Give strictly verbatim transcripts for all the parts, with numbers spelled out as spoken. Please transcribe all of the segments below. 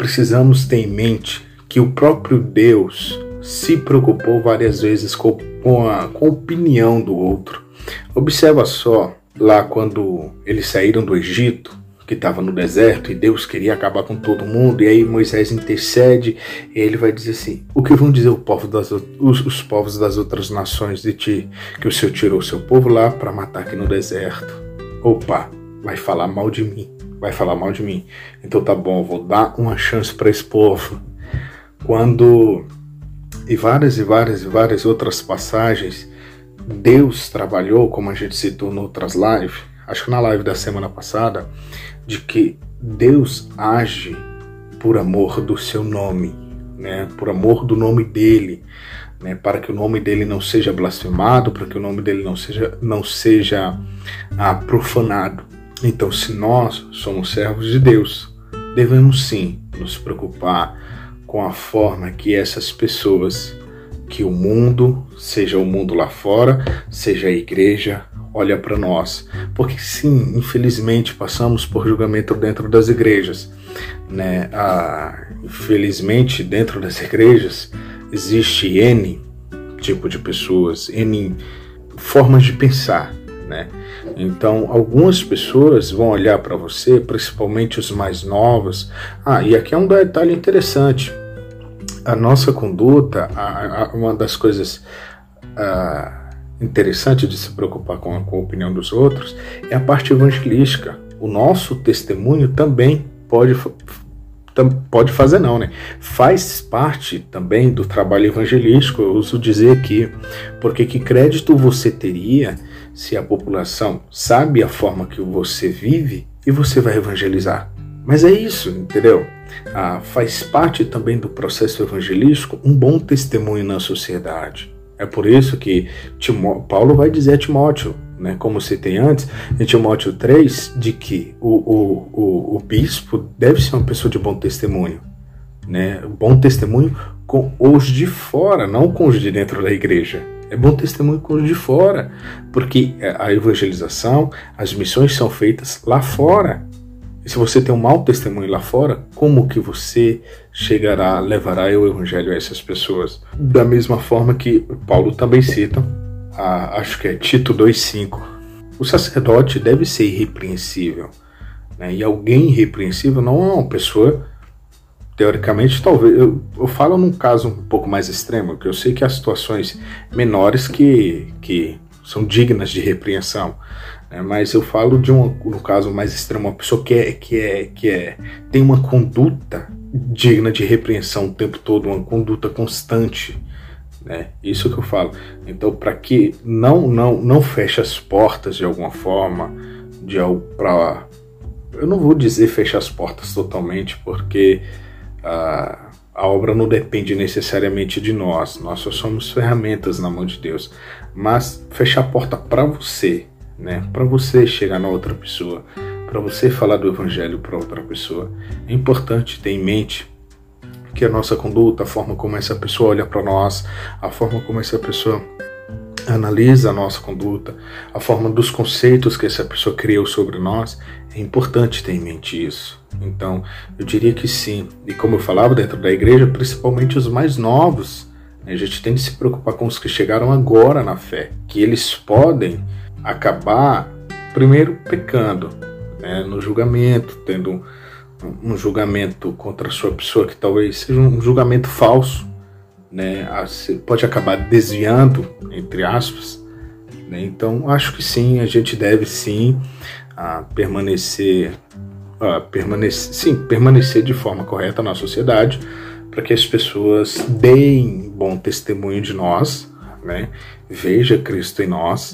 precisamos ter em mente que o próprio Deus se preocupou várias vezes com, com, a, com a opinião do outro. Observa só, lá quando eles saíram do Egito, que estava no deserto, e Deus queria acabar com todo mundo, e aí Moisés intercede, e ele vai dizer assim: o que vão dizer o povo das, os, os povos das outras nações de ti, que o Senhor tirou o seu povo lá para matar aqui no deserto? Opa, vai falar mal de mim, vai falar mal de mim. Então tá bom, vou dar uma chance para esse povo. Quando, e várias e várias e várias outras passagens, Deus trabalhou, como a gente citou em outras lives, acho que na live da semana passada, de que Deus age por amor do seu nome, né? Por amor do nome dele, né? Para que o nome dele não seja blasfemado, para que o nome dele não seja, não seja ah, profanado. Então, se nós somos servos de Deus, devemos sim nos preocupar com a forma que essas pessoas, que o mundo, seja o mundo lá fora, seja a igreja, olha para nós. Porque sim, infelizmente passamos por julgamento dentro das igrejas, né? Ah, infelizmente dentro das igrejas existe N tipo de pessoas, N formas de pensar, né? Então algumas pessoas vão olhar para você, principalmente os mais novos. Ah, e aqui é um detalhe interessante: a nossa conduta, a, a, uma das coisas a, interessante de se preocupar com a, com a opinião dos outros é a parte evangelística. O nosso testemunho também pode, pode fazer não, né? Faz parte também do trabalho evangelístico, eu uso dizer aqui, porque que crédito você teria se a população sabe a forma que você vive e você vai evangelizar? Mas é isso, entendeu? Ah, faz parte também do processo evangelístico um bom testemunho na sociedade. É por isso que Timó- Paulo vai dizer a Timóteo, né, como citei antes, em Timóteo três, de que o, o, o, o bispo deve ser uma pessoa de bom testemunho. Né? Bom testemunho com os de fora, não com os de dentro da igreja. É bom testemunho com os de fora, porque a evangelização, as missões são feitas lá fora. E se você tem um mau testemunho lá fora, como que você chegará, levará o evangelho a essas pessoas? Da mesma forma que Paulo também cita, a, acho que é Tito dois cinco, o sacerdote deve ser irrepreensível, né? E alguém irrepreensível não é uma pessoa, teoricamente, talvez, eu, eu falo num caso um pouco mais extremo, que eu sei que há situações menores que, que são dignas de repreensão, né? Mas eu falo de um, no caso mais extremo, uma pessoa que, é, que, é, que é, tem uma conduta digna de repreensão o tempo todo, uma conduta constante, né? Isso que eu falo. Então, para que não, não, não feche as portas de alguma forma, de algo para, eu não vou dizer fechar as portas totalmente, porque a, a obra não depende necessariamente de nós, nós só somos ferramentas na mão de Deus, mas fechar a porta para você, né? Para você chegar na outra pessoa, para você falar do evangelho para outra pessoa. É importante ter em mente que a nossa conduta, a forma como essa pessoa olha para nós, a forma como essa pessoa analisa a nossa conduta, a forma dos conceitos que essa pessoa criou sobre nós, é importante ter em mente isso. Então, eu diria que sim. E como eu falava, dentro da igreja, principalmente os mais novos, a gente tem que se preocupar com os que chegaram agora na fé, que eles podem acabar, primeiro, pecando, né, no julgamento, tendo um, um julgamento contra a sua pessoa que talvez seja um julgamento falso, né, pode acabar desviando, entre aspas, né? Então acho que sim, a gente deve sim a permanecer, a permanecer, sim, permanecer de forma correta na sociedade, para que as pessoas deem bom testemunho de nós, né? Veja Cristo em nós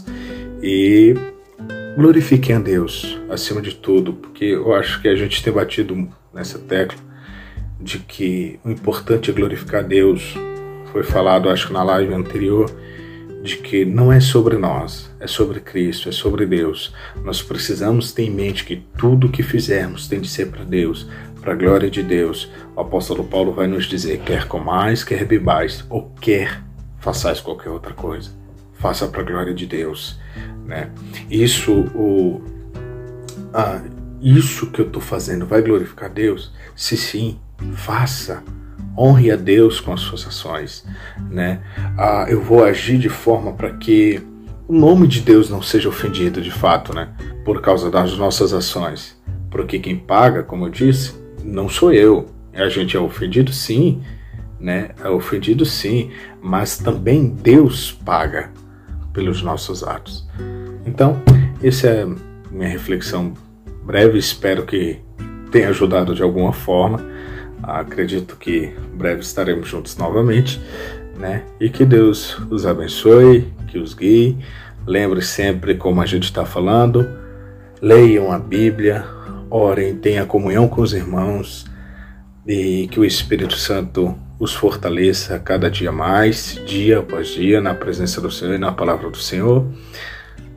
e glorifiquem a Deus acima de tudo, porque eu acho que a gente tem batido nessa tecla de que o importante é glorificar a Deus. Foi falado, acho que na live anterior, de que não é sobre nós, é sobre Cristo, é sobre Deus. Nós precisamos ter em mente que tudo que fizermos tem de ser para Deus, para a glória de Deus. O apóstolo Paulo vai nos dizer, quer comais, quer bebais, ou quer façais qualquer outra coisa, faça para a glória de Deus, né? Isso, o, ah, isso que eu estou fazendo vai glorificar Deus? Se sim, faça, honre a Deus com as suas ações, né? Ah, eu vou agir de forma para que o nome de Deus não seja ofendido de fato, né? Por causa das nossas ações. Porque quem paga, como eu disse, não sou eu. A gente é ofendido sim, né? É ofendido sim, mas também Deus paga pelos nossos atos. Então, essa é minha reflexão breve, espero que tenha ajudado de alguma forma. Acredito que breve estaremos juntos novamente, né? E que Deus os abençoe, que os guie. Lembre sempre, como a gente está falando, leiam a Bíblia, orem, tenham comunhão com os irmãos e que o Espírito Santo os fortaleça cada dia mais, dia após dia, na presença do Senhor e na palavra do Senhor.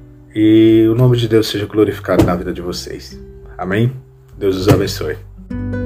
E o nome de Deus seja glorificado na vida de vocês. Amém? Deus os abençoe.